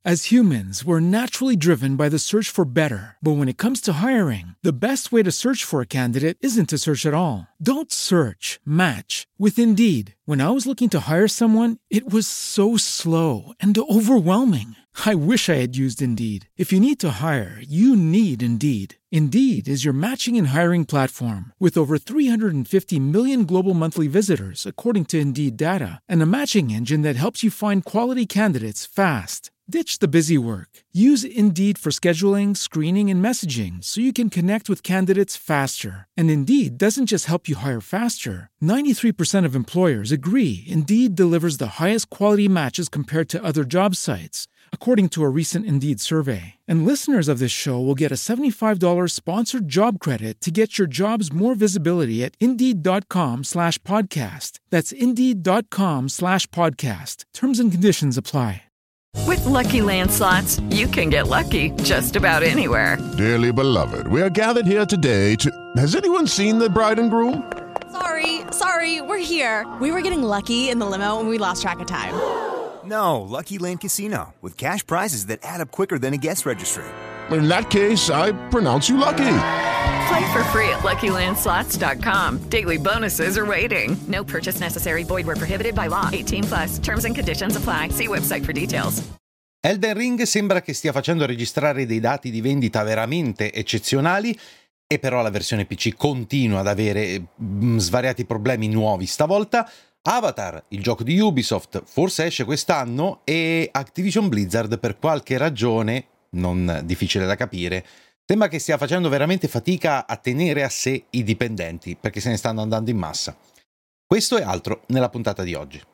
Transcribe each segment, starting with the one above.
As humans, we're naturally driven by the search for better. But when it comes to hiring, the best way to search for a candidate isn't to search at all. Don't search, match with Indeed. When I was looking to hire someone, it was so slow and overwhelming. I wish I had used Indeed. If you need to hire, you need Indeed. Indeed is your matching and hiring platform with over 350 million global monthly visitors, according to Indeed data, and a matching engine that helps you find quality candidates fast. Ditch the busy work. Use Indeed for scheduling, screening, and messaging so you can connect with candidates faster. And Indeed doesn't just help you hire faster. 93% of employers agree Indeed delivers the highest quality matches compared to other job sites, according to a recent Indeed survey. And listeners of this show will get a $75 sponsored job credit to get your jobs more visibility at Indeed.com/podcast. That's Indeed.com/podcast. Terms and conditions apply. With Lucky Land Slots, you can get lucky just about anywhere. Dearly beloved, we are gathered here today to... Has anyone seen the bride and groom? Sorry, we're here. We were getting lucky in the limo and we lost track of time. No, Lucky Land Casino, with cash prizes that add up quicker than a guest registry. In that case, I pronounce you lucky. Play for free at LuckyLandSlots.com. Daily bonuses are waiting. No purchase necessary. Void where prohibited by law. 18+. Terms and conditions apply. See website for details. Elden Ring sembra che stia facendo registrare dei dati di vendita veramente eccezionali, e però la versione PC continua ad avere svariati problemi nuovi stavolta. Avatar, il gioco di Ubisoft, forse esce quest'anno, e Activision Blizzard, per qualche ragione non difficile da capire, sembra che stia facendo veramente fatica a tenere a sé i dipendenti, perché se ne stanno andando in massa. Questo e altro nella puntata di oggi.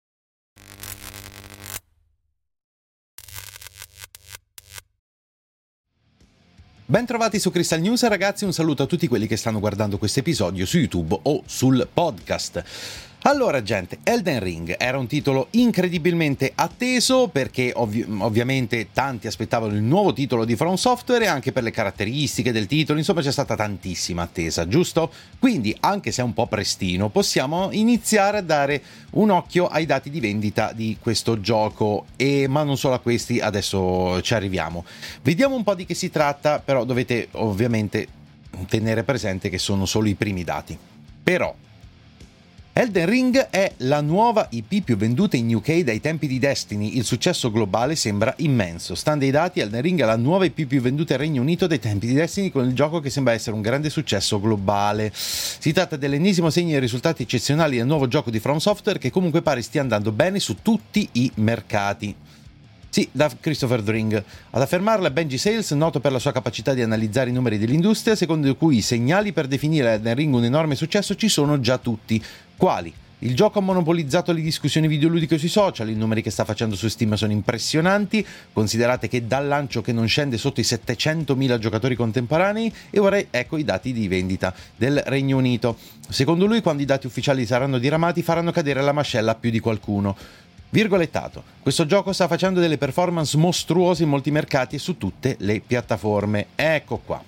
Ben trovati su Crystal News, ragazzi, un saluto a tutti quelli che stanno guardando questo episodio su YouTube o sul podcast. Allora, gente, Elden Ring era un titolo incredibilmente atteso perché ovviamente tanti aspettavano il nuovo titolo di From Software, e anche per le caratteristiche del titolo, insomma c'è stata tantissima attesa, giusto? Quindi, anche se è un po' prestino, possiamo iniziare a dare un occhio ai dati di vendita di questo gioco, ma non solo a questi, adesso ci arriviamo. Vediamo un po' di che si tratta, però dovete ovviamente tenere presente che sono solo i primi dati. Però Elden Ring è la nuova IP più venduta in UK dai tempi di Destiny. Il successo globale sembra immenso. Stando ai dati, Elden Ring è la nuova IP più venduta al Regno Unito dai tempi di Destiny, con il gioco che sembra essere un grande successo globale. Si tratta dell'ennesimo segno di risultati eccezionali del nuovo gioco di From Software, che comunque pare stia andando bene su tutti i mercati. Sì, da Christopher Dring. Ad affermarla è Benji Sales, noto per la sua capacità di analizzare i numeri dell'industria, secondo cui i segnali per definire Elden Ring un enorme successo ci sono già tutti. Quali? Il gioco ha monopolizzato le discussioni videoludiche sui social, i numeri che sta facendo su Steam sono impressionanti, considerate che dal lancio che non scende sotto i 700.000 giocatori contemporanei, e ora ecco i dati di vendita del Regno Unito. Secondo lui, quando i dati ufficiali saranno diramati, faranno cadere la mascella a più di qualcuno. Virgolettato, questo gioco sta facendo delle performance mostruose in molti mercati e su tutte le piattaforme. Ecco qua.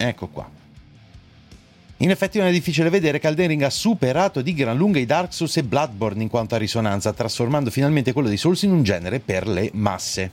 In effetti non è difficile vedere che Elden Ring ha superato di gran lunga i Dark Souls e Bloodborne in quanto a risonanza, trasformando finalmente quello dei Souls in un genere per le masse.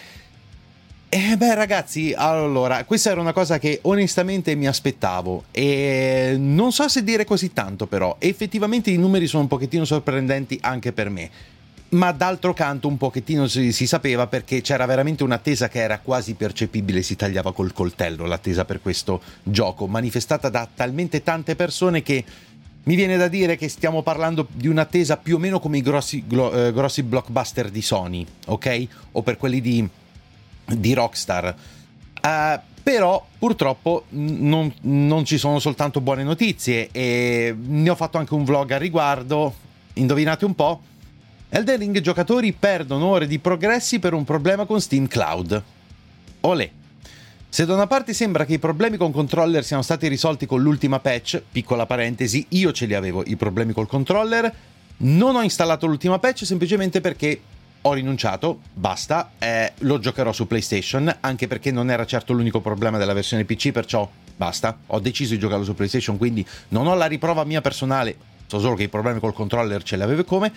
Ragazzi, allora, questa era una cosa che onestamente mi aspettavo, e non so se dire così tanto, però effettivamente i numeri sono un pochettino sorprendenti anche per me. Ma d'altro canto un pochettino si sapeva, perché c'era veramente un'attesa che era quasi percepibile, si tagliava col coltello l'attesa per questo gioco, manifestata da talmente tante persone che mi viene da dire che stiamo parlando di un'attesa più o meno come i grossi blockbuster di Sony, ok? O per quelli di Rockstar. Però purtroppo non ci sono soltanto buone notizie, e ne ho fatto anche un vlog a riguardo. Indovinate un po'? Elden Ring giocatori perdono ore di progressi per un problema con Steam Cloud. Olè. Se da una parte sembra che i problemi con controller siano stati risolti con l'ultima patch, piccola parentesi, io ce li avevo i problemi col controller, non ho installato l'ultima patch semplicemente perché ho rinunciato, basta, lo giocherò su PlayStation, anche perché non era certo l'unico problema della versione PC, perciò basta, ho deciso di giocarlo su PlayStation, quindi non ho la riprova mia personale, so solo che i problemi col controller ce li avevo come.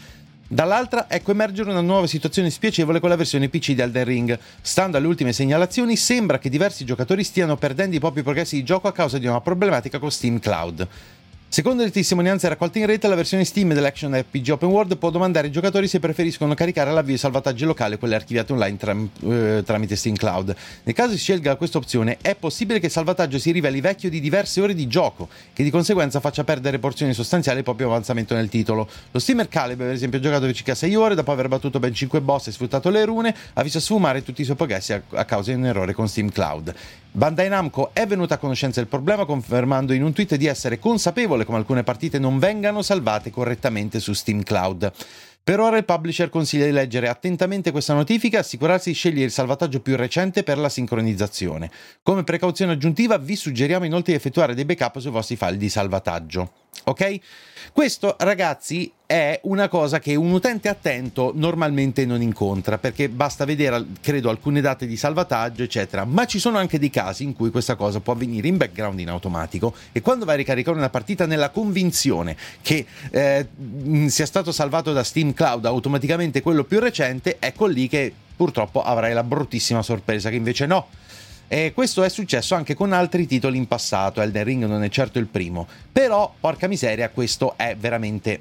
Dall'altra, ecco emergere una nuova situazione spiacevole con la versione PC di Elden Ring. Stando alle ultime segnalazioni, sembra che diversi giocatori stiano perdendo i propri progressi di gioco a causa di una problematica con Steam Cloud. Secondo le testimonianze raccolte in rete, la versione Steam dell'Action RPG Open World può domandare ai giocatori se preferiscono caricare l'avvio di salvataggio locale o quelle archiviate online tramite Steam Cloud. Nel caso si scelga questa opzione, è possibile che il salvataggio si riveli vecchio di diverse ore di gioco, che di conseguenza faccia perdere porzioni sostanziali al proprio avanzamento nel titolo. Lo streamer Caleb, per esempio, ha giocato per circa 6 ore, dopo aver battuto ben 5 boss e sfruttato le rune, ha visto sfumare tutti i suoi progressi a causa di un errore con Steam Cloud. Bandai Namco è venuta a conoscenza del problema, confermando in un tweet di essere consapevole come alcune partite non vengano salvate correttamente su Steam Cloud. Per ora il publisher consiglia di leggere attentamente questa notifica e assicurarsi di scegliere il salvataggio più recente per la sincronizzazione. Come precauzione aggiuntiva vi suggeriamo inoltre di effettuare dei backup sui vostri file di salvataggio. Ok? Questo, ragazzi, è una cosa che un utente attento normalmente non incontra, perché basta vedere, credo, alcune date di salvataggio, eccetera. Ma ci sono anche dei casi in cui questa cosa può avvenire in background in automatico, e quando vai a ricaricare una partita nella convinzione che sia stato salvato da Steam Cloud automaticamente quello più recente, ecco lì che purtroppo avrai la bruttissima sorpresa che invece no. E questo è successo anche con altri titoli in passato. Elden Ring non è certo il primo, però porca miseria, questo è veramente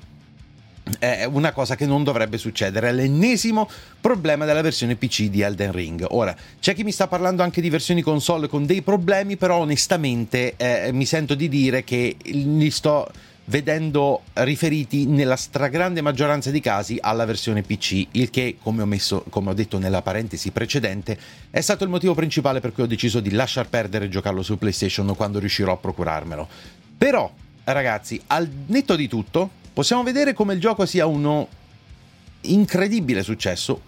una cosa che non dovrebbe succedere. È l'ennesimo problema della versione PC di Elden Ring. Ora, c'è chi mi sta parlando anche di versioni console con dei problemi, però onestamente mi sento di dire che li sto vedendo riferiti nella stragrande maggioranza dei casi alla versione PC, il che, come ho detto nella parentesi precedente, è stato il motivo principale per cui ho deciso di lasciar perdere e giocarlo su PlayStation quando riuscirò a procurarmelo. Però, ragazzi, al netto di tutto, possiamo vedere come il gioco sia un incredibile successo,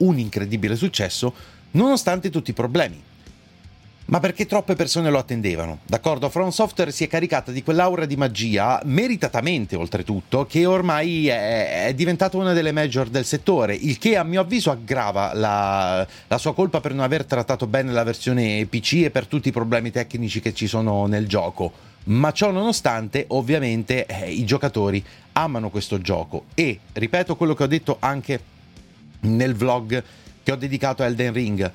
nonostante tutti i problemi. Ma perché troppe persone lo attendevano. D'accordo, From Software si è caricata di quell'aura di magia, meritatamente oltretutto, che ormai è diventata una delle major del settore, il che a mio avviso aggrava la sua colpa per non aver trattato bene la versione PC e per tutti i problemi tecnici che ci sono nel gioco. Ma ciò nonostante, ovviamente, i giocatori amano questo gioco e, ripeto quello che ho detto anche nel vlog che ho dedicato a Elden Ring,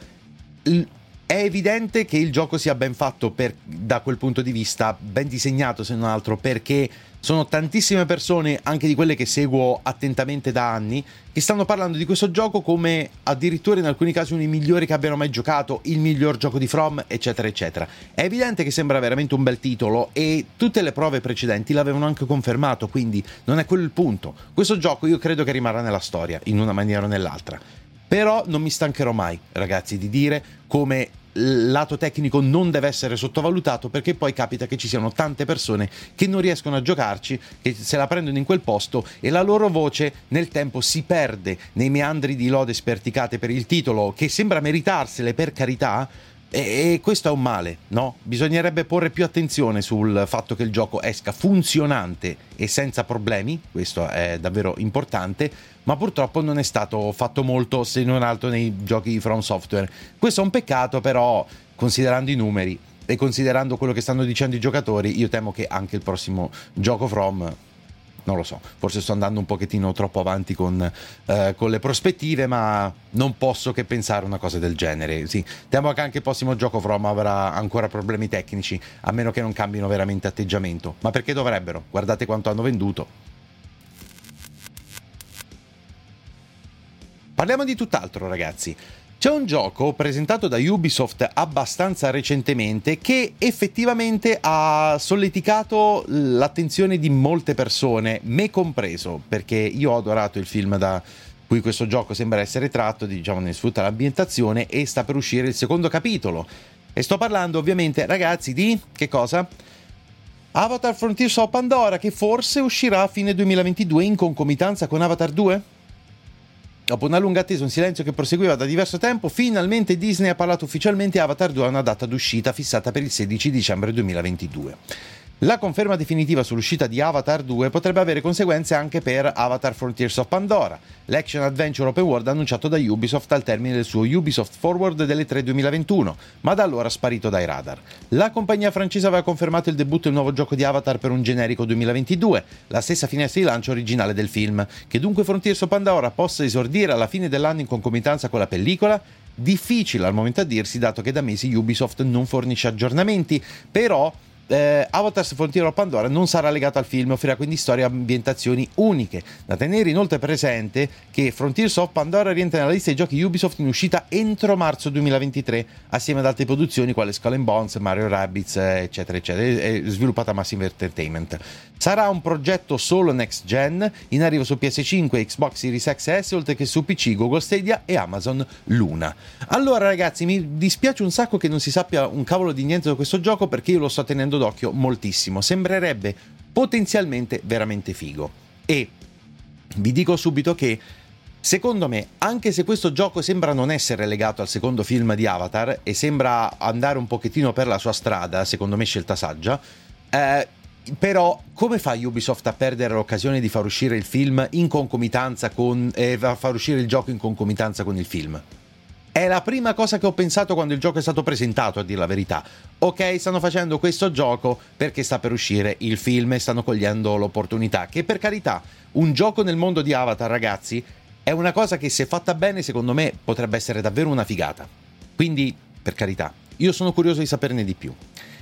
è evidente che il gioco sia ben fatto da quel punto di vista, ben disegnato se non altro, perché sono tantissime persone, anche di quelle che seguo attentamente da anni, che stanno parlando di questo gioco come addirittura in alcuni casi uno dei migliori che abbiano mai giocato, il miglior gioco di From, eccetera eccetera. È evidente che sembra veramente un bel titolo e tutte le prove precedenti l'avevano anche confermato, quindi non è quello il punto. Questo gioco io credo che rimarrà nella storia in una maniera o nell'altra. Però non mi stancherò mai, ragazzi, di dire come il lato tecnico non deve essere sottovalutato, perché poi capita che ci siano tante persone che non riescono a giocarci, che se la prendono in quel posto e la loro voce nel tempo si perde nei meandri di lode sperticate per il titolo, che sembra meritarsele, per carità. E questo è un male, no? Bisognerebbe porre più attenzione sul fatto che il gioco esca funzionante e senza problemi, questo è davvero importante, ma purtroppo non è stato fatto molto, se non altro nei giochi di From Software. Questo è un peccato, però, considerando i numeri e considerando quello che stanno dicendo i giocatori, io temo che anche il prossimo gioco From, non lo so, forse sto andando un pochettino troppo avanti con le prospettive, ma non posso che pensare una cosa del genere. Sì, temo che anche il prossimo gioco From avrà ancora problemi tecnici, a meno che non cambino veramente atteggiamento. Ma perché dovrebbero? Guardate quanto hanno venduto. Parliamo di tutt'altro, ragazzi. C'è un gioco presentato da Ubisoft abbastanza recentemente che effettivamente ha solleticato l'attenzione di molte persone, me compreso, perché io ho adorato il film da cui questo gioco sembra essere tratto, diciamo, ne sfrutta l'ambientazione, e sta per uscire il secondo capitolo. E sto parlando ovviamente, ragazzi, di che cosa? Avatar Frontiers of Pandora, che forse uscirà a fine 2022 in concomitanza con Avatar 2? Dopo una lunga attesa, un silenzio che proseguiva da diverso tempo, finalmente Disney ha parlato ufficialmente e Avatar 2 ha una data d'uscita fissata per il 16 dicembre 2022. La conferma definitiva sull'uscita di Avatar 2 potrebbe avere conseguenze anche per Avatar Frontiers of Pandora, l'action adventure open world annunciato da Ubisoft al termine del suo Ubisoft Forward delle E3 2021, ma da allora sparito dai radar. La compagnia francese aveva confermato il debutto del nuovo gioco di Avatar per un generico 2022, la stessa finestra di lancio originale del film. Che dunque Frontiers of Pandora possa esordire alla fine dell'anno in concomitanza con la pellicola? Difficile al momento a dirsi, dato che da mesi Ubisoft non fornisce aggiornamenti, però Avatar Frontier of Pandora non sarà legato al film, offrirà quindi storie e ambientazioni uniche. Da tenere inoltre presente che Frontiers of Pandora rientra nella lista dei giochi Ubisoft in uscita entro marzo 2023, assieme ad altre produzioni quale Skull and Bones, Mario Rabbids, eccetera eccetera, è sviluppata Massive Entertainment. Sarà un progetto solo next gen, in arrivo su PS5, Xbox Series XS, oltre che su PC, Google Stadia e Amazon Luna. Allora ragazzi, mi dispiace un sacco che non si sappia un cavolo di niente da questo gioco, perché io lo sto tenendo d'occhio moltissimo, sembrerebbe potenzialmente veramente figo. E vi dico subito che secondo me, anche se questo gioco sembra non essere legato al secondo film di Avatar e sembra andare un pochettino per la sua strada, secondo me scelta saggia, però come fa Ubisoft a perdere l'occasione di far uscire il film in concomitanza con far uscire il gioco in concomitanza con il film? È la prima cosa che ho pensato quando il gioco è stato presentato, a dire la verità. Ok, stanno facendo questo gioco perché sta per uscire il film e stanno cogliendo l'opportunità, che per carità, un gioco nel mondo di Avatar, ragazzi, è una cosa che se fatta bene, secondo me, potrebbe essere davvero una figata. Quindi, per carità, io sono curioso di saperne di più.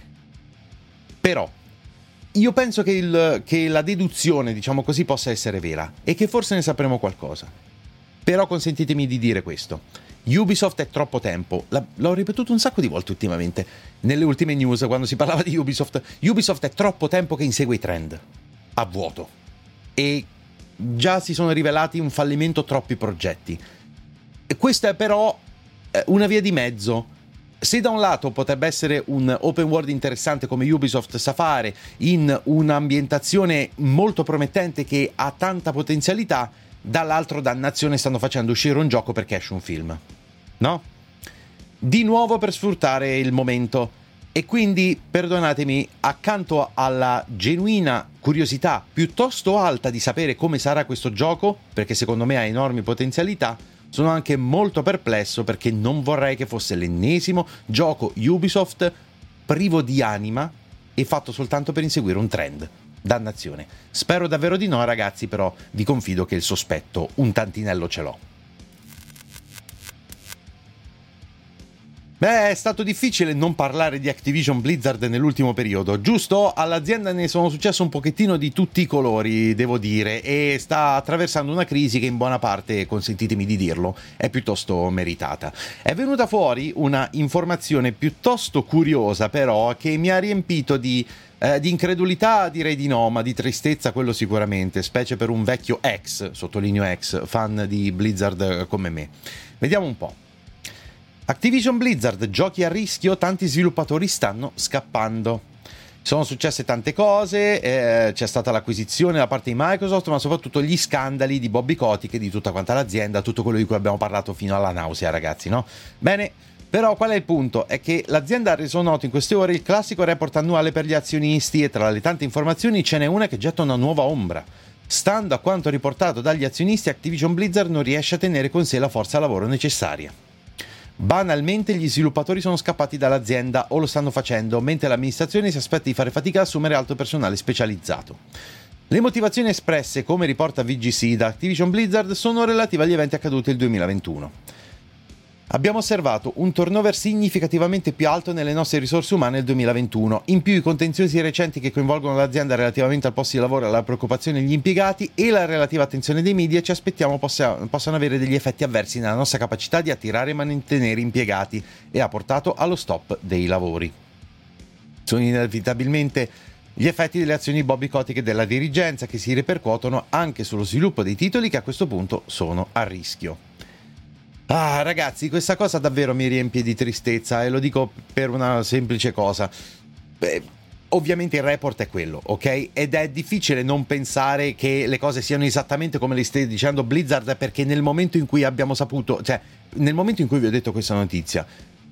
Però io penso che la deduzione, diciamo così, possa essere vera e che forse ne sapremo qualcosa. Però consentitemi di dire questo. Ubisoft è troppo tempo, l'ho ripetuto un sacco di volte ultimamente, nelle ultime news quando si parlava di Ubisoft è troppo tempo che insegue i trend, a vuoto, e già si sono rivelati un fallimento troppi progetti. E questa è però una via di mezzo. Se da un lato potrebbe essere un open world interessante come Ubisoft sa fare, in un'ambientazione molto promettente che ha tanta potenzialità, dall'altro dannazione stanno facendo uscire un gioco perché esce un film, no? Di nuovo per sfruttare il momento. E quindi, perdonatemi, accanto alla genuina curiosità piuttosto alta di sapere come sarà questo gioco, perché secondo me ha enormi potenzialità, sono anche molto perplesso perché non vorrei che fosse l'ennesimo gioco Ubisoft privo di anima e fatto soltanto per inseguire un trend. Dannazione. Spero davvero di no, ragazzi, però vi confido che il sospetto un tantinello ce l'ho. Beh, è stato difficile non parlare di Activision Blizzard nell'ultimo periodo, giusto? All'azienda ne sono successo un pochettino di tutti i colori, devo dire, e sta attraversando una crisi che in buona parte, consentitemi di dirlo, è piuttosto meritata. È venuta fuori una informazione piuttosto curiosa, però, che mi ha riempito di incredulità, direi di no, ma di tristezza quello sicuramente, specie per un vecchio sottolineo ex, fan di Blizzard come me. Vediamo un po'. Activision Blizzard, giochi a rischio, tanti sviluppatori stanno scappando. Sono successe tante cose, c'è stata l'acquisizione da parte di Microsoft, ma soprattutto gli scandali di Bobby Kotick e di tutta quanta l'azienda, tutto quello di cui abbiamo parlato fino alla nausea, ragazzi, no? Bene, però qual è il punto? È che l'azienda ha reso noto in queste ore il classico report annuale per gli azionisti e tra le tante informazioni ce n'è una che getta una nuova ombra. Stando a quanto riportato dagli azionisti, Activision Blizzard non riesce a tenere con sé la forza lavoro necessaria. Banalmente gli sviluppatori sono scappati dall'azienda o lo stanno facendo, mentre l'amministrazione si aspetta di fare fatica ad assumere altro personale specializzato. Le motivazioni espresse, come riporta VGC, da Activision Blizzard sono relative agli eventi accaduti nel 2021. Abbiamo osservato un turnover significativamente più alto nelle nostre risorse umane nel 2021, in più i contenziosi recenti che coinvolgono l'azienda relativamente al posto di lavoro e alla preoccupazione degli impiegati e la relativa attenzione dei media ci aspettiamo possano avere degli effetti avversi nella nostra capacità di attirare e mantenere impiegati e ha portato allo stop dei lavori. Sono inevitabilmente gli effetti delle azioni di Bobby Kotick e della dirigenza che si ripercuotono anche sullo sviluppo dei titoli che a questo punto sono a rischio. Ah, ragazzi, questa cosa davvero mi riempie di tristezza e lo dico per una semplice cosa. Ovviamente il report è quello, ok? Ed è difficile non pensare che le cose siano esattamente come le stai dicendo Blizzard, perché nel momento in cui abbiamo saputo, cioè nel momento in cui vi ho detto questa notizia,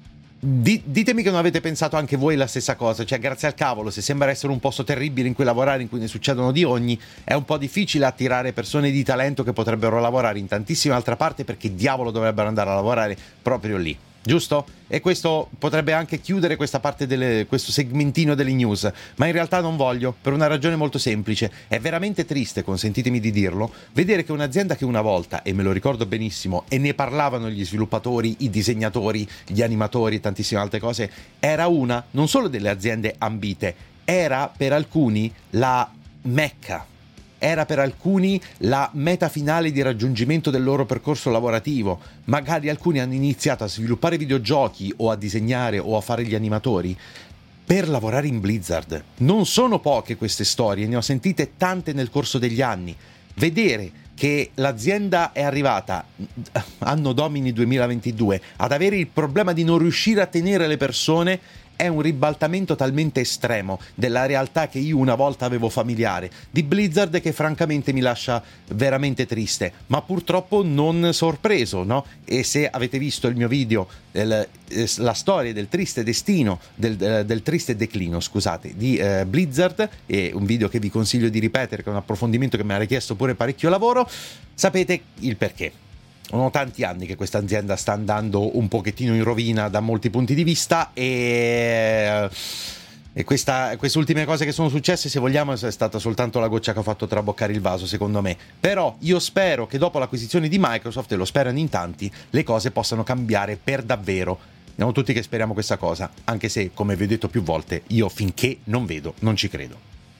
Ditemi che non avete pensato anche voi la stessa cosa, cioè grazie al cavolo, se sembra essere un posto terribile in cui lavorare, in cui ne succedono di ogni, è un po' difficile attirare persone di talento che potrebbero lavorare in tantissime altre parti, perché diavolo dovrebbero andare a lavorare proprio lì, giusto? E questo potrebbe anche chiudere questa parte questo segmentino delle news, ma in realtà non voglio, per una ragione molto semplice. È veramente triste, consentitemi di dirlo, vedere che un'azienda che una volta, e me lo ricordo benissimo, e ne parlavano gli sviluppatori, i disegnatori, gli animatori e tantissime altre cose, era una non solo delle aziende ambite, era per alcuni la mecca, era per alcuni la meta finale di raggiungimento del loro percorso lavorativo. Magari alcuni hanno iniziato a sviluppare videogiochi o a disegnare o a fare gli animatori per lavorare in Blizzard. Non sono poche queste storie, ne ho sentite tante nel corso degli anni. Vedere che l'azienda è arrivata, anno domini 2022, ad avere il problema di non riuscire a tenere le persone è un ribaltamento talmente estremo della realtà che io una volta avevo familiare di Blizzard, che francamente mi lascia veramente triste, ma purtroppo non sorpreso, no? E se avete visto il mio video, la storia del triste destino, del triste declino, scusate, di Blizzard, è un video che vi consiglio di ripetere, che è un approfondimento che mi ha richiesto pure parecchio lavoro, sapete il perché. Sono tanti anni che questa azienda sta andando un pochettino in rovina da molti punti di vista, e queste ultime cose che sono successe, se vogliamo, è stata soltanto la goccia che ha fatto traboccare il vaso, secondo me. Però io spero che dopo l'acquisizione di Microsoft, e lo sperano in tanti, le cose possano cambiare per davvero. Siamo tutti che speriamo questa cosa, anche se, come vi ho detto più volte, io finché non vedo, non ci credo.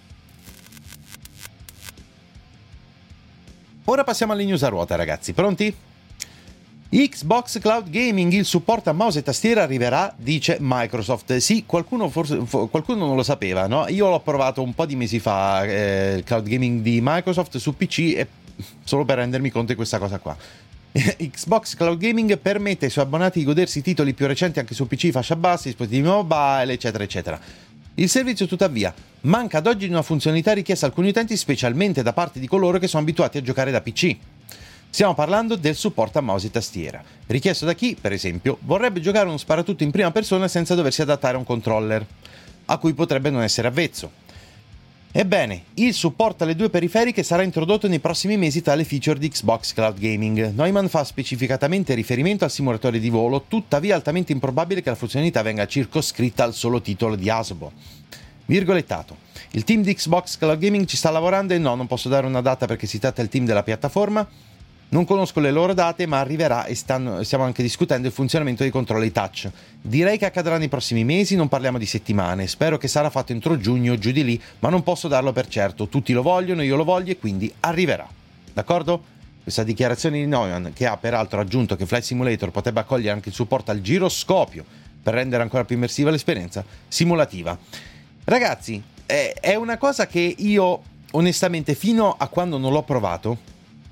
Ora passiamo alle news a ruota, ragazzi. Pronti? Xbox Cloud Gaming, il supporto a mouse e tastiera arriverà, dice Microsoft. Sì, qualcuno non lo sapeva, no? Io l'ho provato un po' di mesi fa, il cloud gaming di Microsoft su PC, e solo per rendermi conto di questa cosa qua. Xbox Cloud Gaming permette ai suoi abbonati di godersi i titoli più recenti anche su PC, fascia bassa, dispositivi mobile, eccetera, eccetera. Il servizio, tuttavia, manca ad oggi di una funzionalità richiesta a alcuni utenti, specialmente da parte di coloro che sono abituati a giocare da PC. Stiamo parlando del supporto a mouse e tastiera, richiesto da chi, per esempio, vorrebbe giocare uno sparatutto in prima persona senza doversi adattare a un controller, a cui potrebbe non essere avvezzo. Ebbene, il supporto alle due periferiche sarà introdotto nei prossimi mesi tra le feature di Xbox Cloud Gaming. Neumann fa specificatamente riferimento al simulatore di volo, tuttavia altamente improbabile che la funzionalità venga circoscritta al solo titolo di Hasbro. Virgolettato. Il team di Xbox Cloud Gaming ci sta lavorando e no, non posso dare una data perché si tratta del team della piattaforma. Non conosco le loro date, ma arriverà, e stiamo anche discutendo il funzionamento dei controlli touch. Direi che accadrà nei prossimi mesi, non parliamo di settimane. Spero che sarà fatto entro giugno o giù di lì, ma non posso darlo per certo. Tutti lo vogliono, io lo voglio, e quindi arriverà. D'accordo? Questa dichiarazione di Neumann, che ha peraltro aggiunto che Flight Simulator potrebbe accogliere anche il supporto al giroscopio per rendere ancora più immersiva l'esperienza simulativa. Ragazzi, è una cosa che io, onestamente, fino a quando non l'ho provato,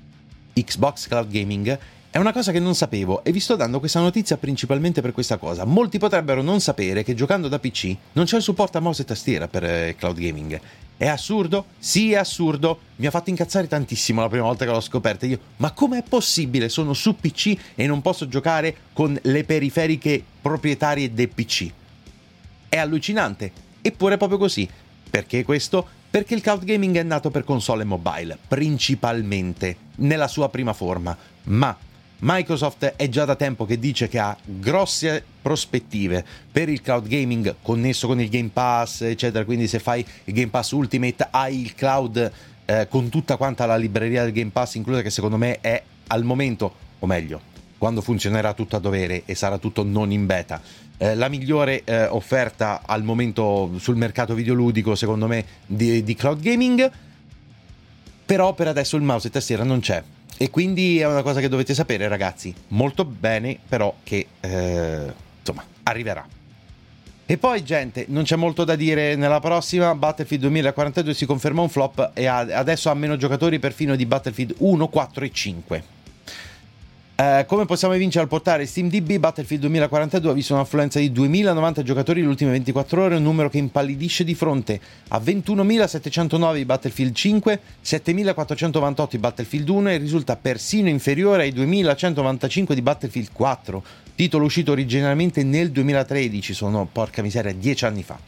Xbox Cloud Gaming, è una cosa che non sapevo, e vi sto dando questa notizia principalmente per questa cosa. Molti potrebbero non sapere che giocando da PC non c'è il supporto a mouse e tastiera per Cloud Gaming. È assurdo? Sì, è assurdo. Mi ha fatto incazzare tantissimo la prima volta che l'ho scoperta. Io, ma com'è possibile? Sono su PC e non posso giocare con le periferiche proprietarie del PC. È allucinante. Eppure è proprio così. Perché questo? Perché il cloud gaming è nato per console e mobile, principalmente, nella sua prima forma, ma Microsoft è già da tempo che dice che ha grosse prospettive per il cloud gaming connesso con il Game Pass, eccetera. Quindi se fai il Game Pass Ultimate hai il cloud con tutta quanta la libreria del Game Pass inclusa, che secondo me è al momento, o meglio, quando funzionerà tutto a dovere e sarà tutto non in beta, la migliore offerta al momento sul mercato videoludico, secondo me, di cloud gaming. Però per adesso il mouse e tastiera non c'è, e quindi è una cosa che dovete sapere, ragazzi. Molto bene, però, che insomma arriverà. E poi, gente, non c'è molto da dire nella prossima. Battlefield 2042 si conferma un flop e adesso ha meno giocatori perfino di Battlefield 1, 4 e 5. Come possiamo vincere al portare SteamDB? Battlefield 2042 ha visto un'affluenza di 2090 giocatori nelle ultime 24 ore, un numero che impallidisce di fronte a 21.709 di Battlefield 5, 7.498 di Battlefield 1 e risulta persino inferiore ai 2.195 di Battlefield 4. titolo uscito originariamente nel 2013, sono porca miseria 10 anni fa.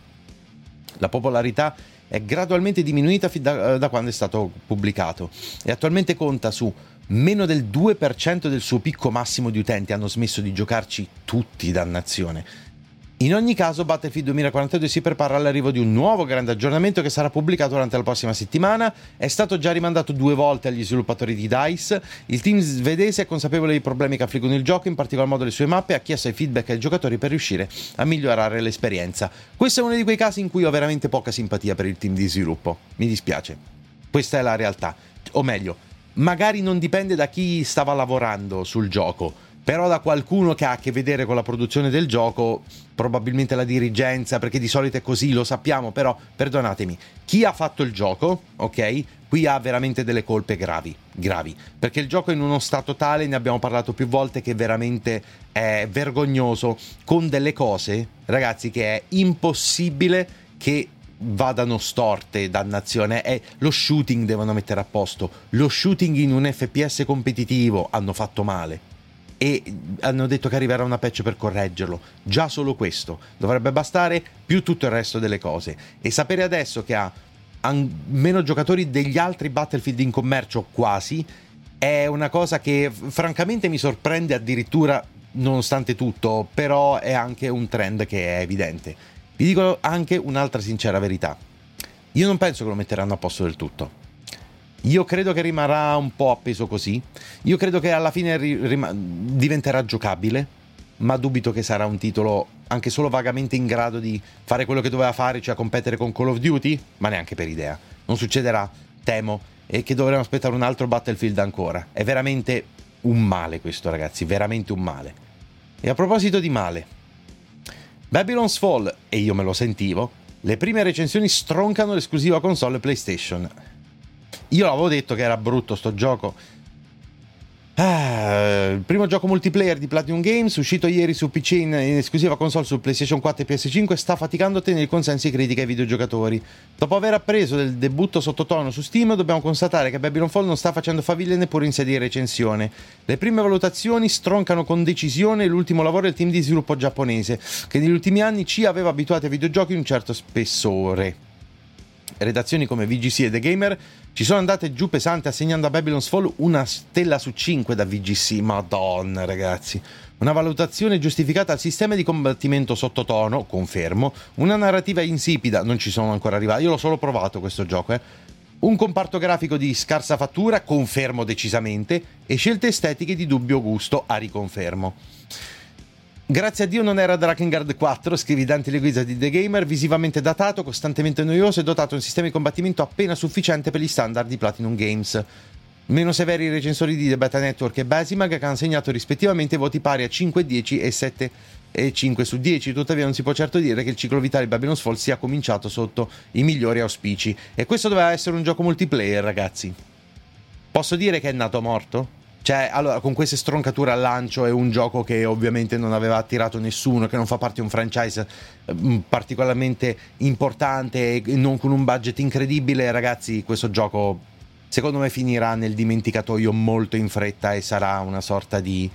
La popolarità è gradualmente diminuita fin da quando è stato pubblicato e attualmente conta su meno del 2% del suo picco massimo di utenti. Hanno smesso di giocarci tutti, dannazione. In ogni caso, Battlefield 2042 si prepara all'arrivo di un nuovo grande aggiornamento che sarà pubblicato durante la prossima settimana. È stato già rimandato 2 volte agli sviluppatori di DICE. Il team svedese è consapevole dei problemi che affliggono il gioco, in particolar modo le sue mappe, e ha chiesto ai feedback ai giocatori per riuscire a migliorare l'esperienza. Questo è uno di quei casi in cui ho veramente poca simpatia per il team di sviluppo. Mi dispiace. Questa è la realtà. O meglio, magari non dipende da chi stava lavorando sul gioco, però da qualcuno che ha a che vedere con la produzione del gioco, probabilmente la dirigenza, perché di solito è così, lo sappiamo, però perdonatemi, chi ha fatto il gioco, ok, qui ha veramente delle colpe gravi, perché il gioco è in uno stato tale, ne abbiamo parlato più volte, che veramente è vergognoso, con delle cose, ragazzi, che è impossibile che vadano storte, dannazione. È lo shooting, devono mettere a posto lo shooting in un FPS competitivo, hanno fatto male e hanno detto che arriverà una patch per correggerlo. Già solo questo dovrebbe bastare, più tutto il resto delle cose. E sapere adesso che ha meno giocatori degli altri Battlefield in commercio, quasi, è una cosa che francamente mi sorprende addirittura, nonostante tutto, però è anche un trend che è evidente. Vi dico anche un'altra sincera verità: io non penso che lo metteranno a posto del tutto. Io credo che rimarrà un po' appeso così. Io credo che alla fine diventerà giocabile, ma dubito che sarà un titolo anche solo vagamente in grado di fare quello che doveva fare, cioè competere con Call of Duty, ma neanche per idea. Non succederà, temo, e che dovremo aspettare un altro Battlefield ancora. È veramente un male questo, ragazzi, veramente un male. E a proposito di male, Babylon's Fall, e io me lo sentivo, le prime recensioni stroncano l'esclusiva console PlayStation. Io l'avevo detto che era brutto sto gioco. Il primo gioco multiplayer di Platinum Games, uscito ieri su PC in esclusiva console su PlayStation 4 e PS5, sta faticando a ottenere i consensi critiche ai videogiocatori. Dopo aver appreso del debutto sottotono su Steam, dobbiamo constatare che Babylon Fall non sta facendo faville neppure in sede di recensione. Le prime valutazioni stroncano con decisione l'ultimo lavoro del team di sviluppo giapponese, che negli ultimi anni ci aveva abituati ai videogiochi di un certo spessore. Redazioni come VGC e The Gamer ci sono andate giù pesante, assegnando a Babylon's Fall una stella su 5 da VGC. Madonna, ragazzi. Una valutazione giustificata al sistema di combattimento sottotono, confermo. Una narrativa insipida, non ci sono ancora arrivato, io l'ho solo provato questo gioco, Un comparto grafico di scarsa fattura, confermo decisamente. E scelte estetiche di dubbio gusto, a riconfermo. Grazie a Dio non era Drakengard 4, scrive Dante Leguiza di The Gamer, visivamente datato, costantemente noioso e dotato di un sistema di combattimento appena sufficiente per gli standard di Platinum Games. Meno severi i recensori di The Beta Network e Basimag, che hanno segnato rispettivamente voti pari a 5, 10 e 7 e 5 su 10, tuttavia non si può certo dire che il ciclo vitale di Babylon's Fall sia cominciato sotto i migliori auspici. E questo doveva essere un gioco multiplayer, ragazzi. Posso dire che è nato morto? Cioè, allora, con queste stroncature al lancio, è un gioco che ovviamente non aveva attirato nessuno, che non fa parte di un franchise particolarmente importante e non con un budget incredibile. Ragazzi, questo gioco secondo me finirà nel dimenticatoio molto in fretta e sarà una sorta di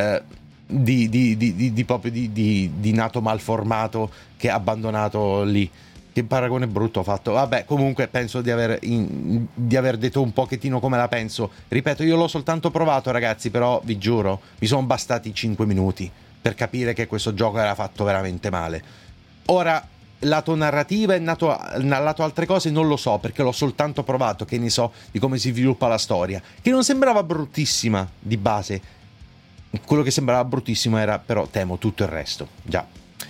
nato malformato che è abbandonato lì. Che paragone brutto ho fatto. Vabbè, comunque penso di aver detto un pochettino come la penso. Ripeto, io l'ho soltanto provato, ragazzi, però vi giuro, mi sono bastati 5 minuti per capire che questo gioco era fatto veramente male. Ora, lato narrativa e lato altre cose non lo so, perché l'ho soltanto provato, che ne so di come si sviluppa la storia, che non sembrava bruttissima di base. Quello che sembrava bruttissimo era, però, temo, tutto il resto. Già.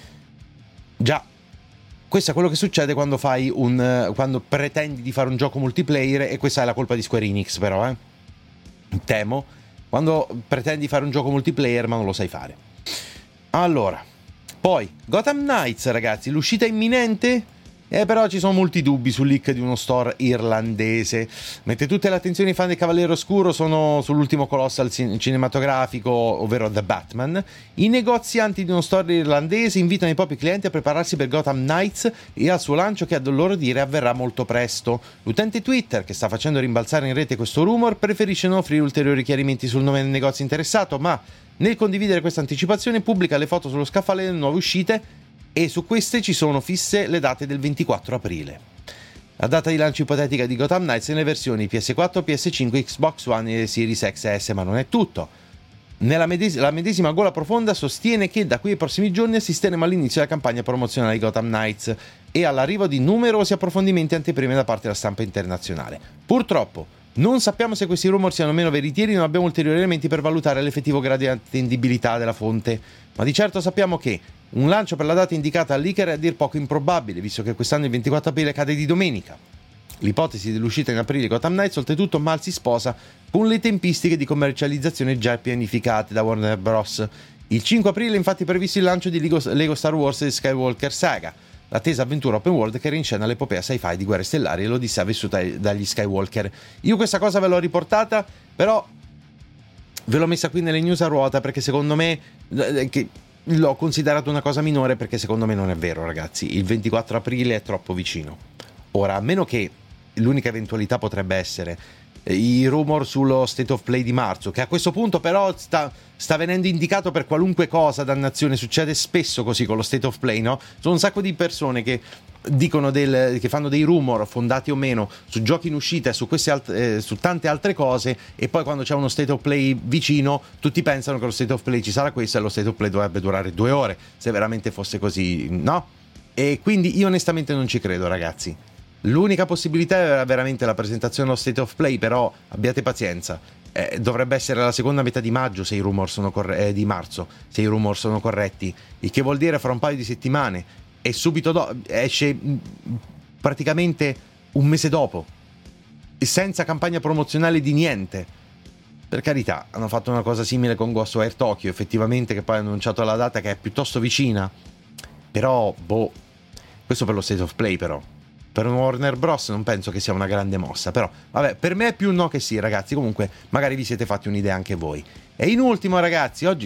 Questo è quello che succede quando quando pretendi di fare un gioco multiplayer, e questa è la colpa di Square Enix, però, temo, quando pretendi di fare un gioco multiplayer ma non lo sai fare. Allora, poi Gotham Knights, ragazzi, l'uscita è imminente? Però ci sono molti dubbi sul leak di uno store irlandese. Mentre tutte le attenzioni ai fan del Cavaliere Oscuro sono sull'ultimo colossal cinematografico, ovvero The Batman, i negozianti di uno store irlandese invitano i propri clienti a prepararsi per Gotham Knights e al suo lancio, che a loro dire avverrà molto presto. L'utente Twitter, che sta facendo rimbalzare in rete questo rumor, preferisce non offrire ulteriori chiarimenti sul nome del negozio interessato, ma nel condividere questa anticipazione pubblica le foto sullo scaffale delle nuove uscite, e su queste ci sono fisse le date del 24 aprile. La data di lancio ipotetica di Gotham Knights nelle versioni PS4, PS5, Xbox One e Series X e S, ma non è tutto. La medesima gola profonda sostiene che da qui ai prossimi giorni assisteremo all'inizio della campagna promozionale di Gotham Knights e all'arrivo di numerosi approfondimenti e anteprime da parte della stampa internazionale. Purtroppo non sappiamo se questi rumor siano meno veritieri, non abbiamo ulteriori elementi per valutare l'effettivo grado di attendibilità della fonte, ma di certo sappiamo che un lancio per la data indicata al leaker è a dir poco improbabile, visto che quest'anno il 24 aprile cade di domenica. L'ipotesi dell'uscita in aprile di Gotham Knights oltretutto mal si sposa con le tempistiche di commercializzazione già pianificate da Warner Bros. Il 5 aprile è infatti previsto il lancio di Lego Star Wars e Skywalker Saga, l'attesa avventura open world che rinscena l'epopea sci-fi di Guerre Stellari e l'odissea vissuta dagli Skywalker. Io questa cosa ve l'ho riportata, però ve l'ho messa qui nelle news a ruota perché secondo me che l'ho considerato una cosa minore, perché secondo me non è vero, ragazzi. Il 24 aprile è troppo vicino. Ora, a meno che l'unica eventualità potrebbe essere i rumor sullo State of Play di marzo, che a questo punto però sta venendo indicato per qualunque cosa, dannazione. Succede spesso così con lo State of Play, no? Sono un sacco di persone che dicono che fanno dei rumor fondati o meno su giochi in uscita e su tante altre cose, e poi quando c'è uno State of Play vicino tutti pensano che lo State of Play ci sarà questo e lo State of Play dovrebbe durare 2 ore, se veramente fosse così, no? E quindi io onestamente non ci credo, ragazzi. L'unica possibilità era veramente la presentazione dello State of Play, però abbiate pazienza, dovrebbe essere la seconda metà di maggio se i rumor sono di marzo, se i rumor sono corretti, il che vuol dire fra un paio di settimane, e subito esce praticamente un mese dopo, senza campagna promozionale di niente. Per carità, hanno fatto una cosa simile con Ghostwire Tokyo, effettivamente, che poi hanno annunciato la data che è piuttosto vicina, però questo per lo State of Play. Però per Warner Bros non penso che sia una grande mossa, però vabbè, per me è più no che sì, ragazzi. Comunque magari vi siete fatti un'idea anche voi. E in ultimo, ragazzi, oggi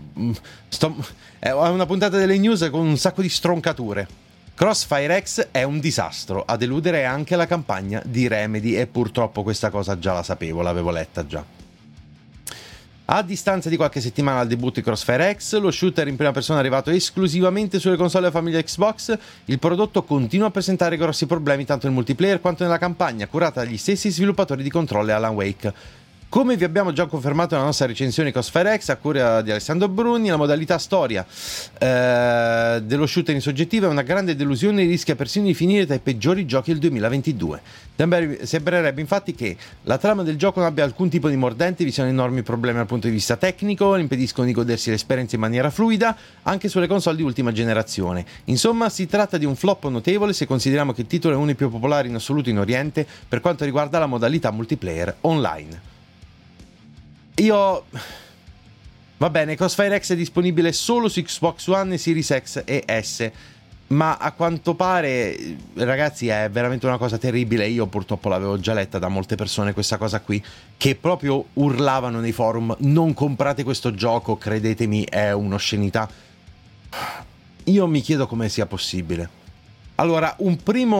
è una puntata delle news con un sacco di stroncature. Crossfire X è un disastro, a deludere anche la campagna di Remedy, e purtroppo questa cosa già la sapevo, l'avevo letta già. A distanza di qualche settimana dal debutto di Crossfire X, lo shooter in prima persona arrivato esclusivamente sulle console della famiglia Xbox, il prodotto continua a presentare grossi problemi tanto nel multiplayer quanto nella campagna, curata dagli stessi sviluppatori di Control e Alan Wake. Come vi abbiamo già confermato nella nostra recensione di Crossfire X a cura di Alessandro Bruni, la modalità storia dello shooter in soggettivo è una grande delusione e rischia persino di finire tra i peggiori giochi del 2022. Sembrerebbe infatti che la trama del gioco non abbia alcun tipo di mordente, vi siano enormi problemi dal punto di vista tecnico, impediscono di godersi l'esperienza in maniera fluida anche sulle console di ultima generazione. Insomma, si tratta di un flop notevole se consideriamo che il titolo è uno dei più popolari in assoluto in Oriente per quanto riguarda la modalità multiplayer online. Va bene, Crossfire X è disponibile solo su Xbox One, Series X e S, ma a quanto pare, ragazzi, è veramente una cosa terribile. Io purtroppo l'avevo già letta da molte persone questa cosa qui, che proprio urlavano nei forum: non comprate questo gioco, credetemi, è un'oscenità. Io mi chiedo come sia possibile. Allora, una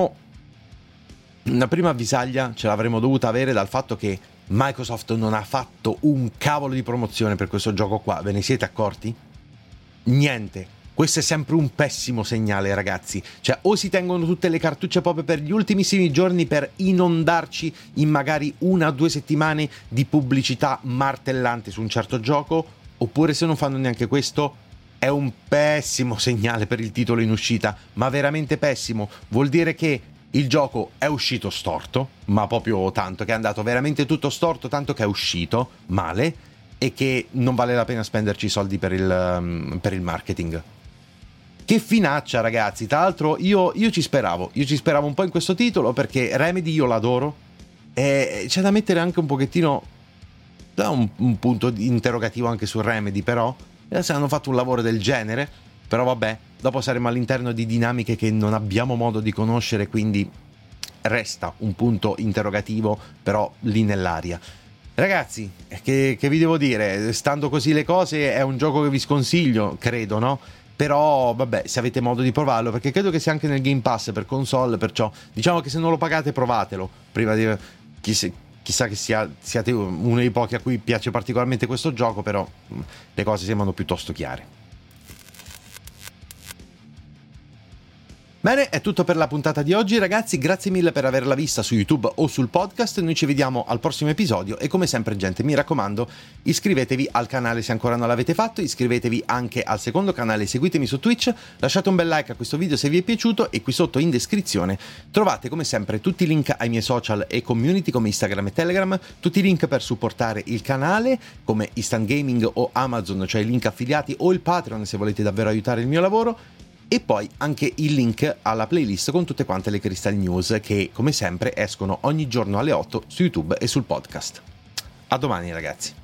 prima avvisaglia ce l'avremmo dovuta avere dal fatto che Microsoft non ha fatto un cavolo di promozione per questo gioco qua. Ve ne siete accorti? Niente. Questo è sempre un pessimo segnale, ragazzi. Cioè, o si tengono tutte le cartucce proprio per gli ultimissimi giorni per inondarci in magari 1 o 2 settimane di pubblicità martellante su un certo gioco, oppure se non fanno neanche questo è un pessimo segnale per il titolo in uscita, ma veramente pessimo. Vuol dire che il gioco è uscito storto, ma proprio tanto, che è andato veramente tutto storto, tanto che è uscito male e che non vale la pena spenderci i soldi per il marketing. Che finaccia, ragazzi. Tra l'altro io ci speravo un po' in questo titolo, perché Remedy io l'adoro e c'è da mettere anche un pochettino un punto interrogativo anche su Remedy, però se hanno fatto un lavoro del genere. Però vabbè, dopo saremo all'interno di dinamiche che non abbiamo modo di conoscere, quindi resta un punto interrogativo però lì nell'aria. Ragazzi, che vi devo dire, stando così le cose è un gioco che vi sconsiglio, credo, no? Però vabbè, se avete modo di provarlo, perché credo che sia anche nel Game Pass per console, perciò diciamo che se non lo pagate provatelo prima di... Chissà che siate uno dei pochi a cui piace particolarmente questo gioco, però le cose sembrano piuttosto chiare. Bene, è tutto per la puntata di oggi, ragazzi, grazie mille per averla vista su YouTube o sul podcast, noi ci vediamo al prossimo episodio e come sempre, gente, mi raccomando, iscrivetevi al canale se ancora non l'avete fatto, iscrivetevi anche al secondo canale, seguitemi su Twitch, lasciate un bel like a questo video se vi è piaciuto e qui sotto in descrizione trovate come sempre tutti i link ai miei social e community come Instagram e Telegram, tutti i link per supportare il canale come Instant Gaming o Amazon, cioè i link affiliati, o il Patreon se volete davvero aiutare il mio lavoro. E poi anche il link alla playlist con tutte quante le Crystal News che, come sempre, escono ogni giorno alle 8 su YouTube e sul podcast. A domani, ragazzi.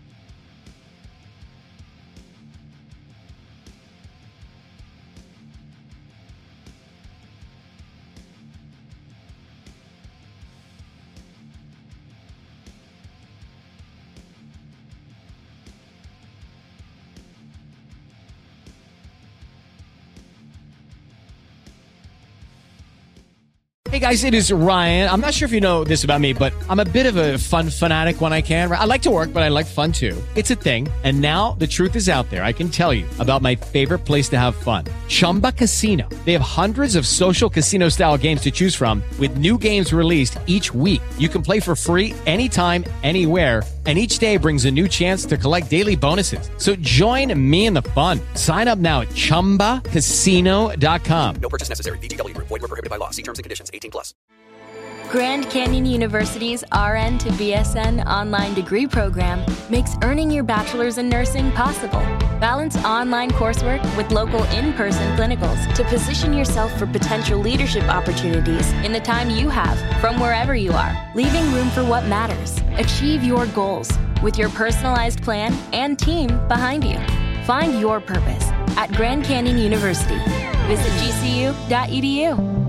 Hey guys, it is Ryan. I'm not sure if you know this about me, but I'm a bit of a fun fanatic when I can. I like to work, but I like fun too. It's a thing. And now the truth is out there. I can tell you about my favorite place to have fun. Chumba Casino. They have hundreds of social casino style games to choose from with new games released each week. You can play for free anytime, anywhere. And each day brings a new chance to collect daily bonuses. So join me in the fun. Sign up now at ChumbaCasino.com. No purchase necessary. VGW Group. Void where prohibited by law. See terms and conditions. 18+. Grand Canyon University's RN to BSN online degree program makes earning your bachelor's in nursing possible. Balance online coursework with local in-person clinicals to position yourself for potential leadership opportunities in the time you have from wherever you are, leaving room for what matters. Achieve your goals with your personalized plan and team behind you. Find your purpose at Grand Canyon University. Visit gcu.edu.